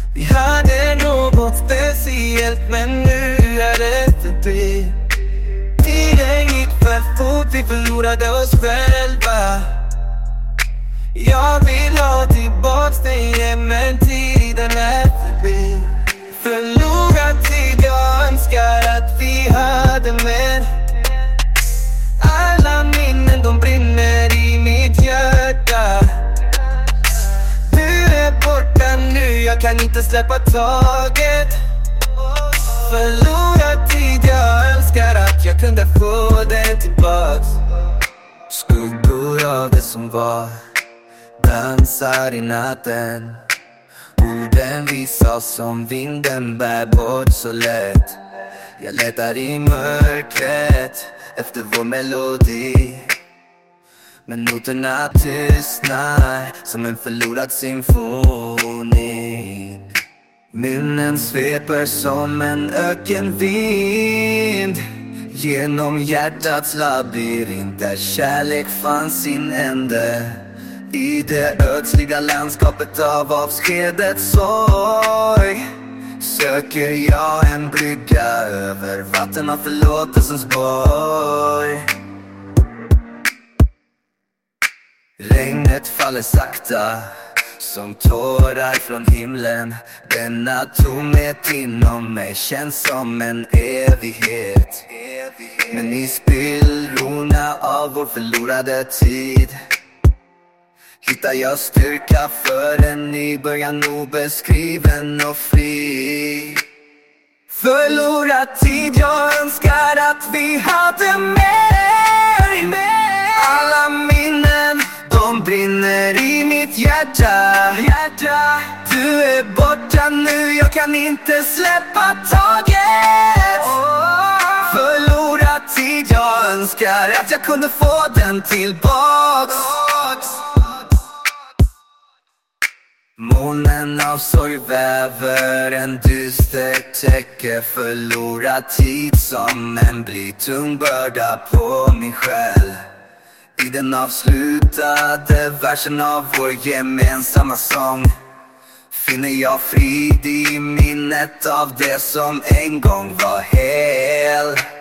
Vi hade något speciellt, men nu är det förbi. Tiden gick för fort, vi förlorade oss själva. Jag vill ha tillbaks dig, men tiden är förbi. Förlorad tid, jag önskar att vi hade mer. Alla minnen, de brinner i mitt hjärta. Du är borta nu, jag kan inte släppa taget. Förlorad tid, jag önskar att jag kunde få den tillbaks. Skuggor av det som var dansar i natten. Orden vi sa som vinden bär bort så lätt. Jag letar i mörkret efter vår melodi, men noterna tystnar som en förlorad symfoni. Minnen sveper som en ökenvind genom hjärtats labyrint, där kärlek fanns sin ände. I det ödsliga landskapet av avskedets sorg söker jag en brygga över vatten av förlåtelsens borg. Regnet faller sakta som tårar från himlen. Denna tomhet inom mig känns som en evighet. Men i spillrorna av vår förlorade tid hittar jag styrka för en ny början, obeskriven och fri. Förlorad tid, jag önskar att vi hade mer. Alla minnen, de brinner i mitt hjärta. Du är borta nu, jag kan inte släppa taget. Förlorad tid, jag önskar att jag kunde få den tillbaks. Molnen av sorg väver en dyster täcke. Förlorad tid som en blytung börda på min själ. I den avslutade versen av vår gemensamma sång finner jag frid i minnet av det som en gång var hel.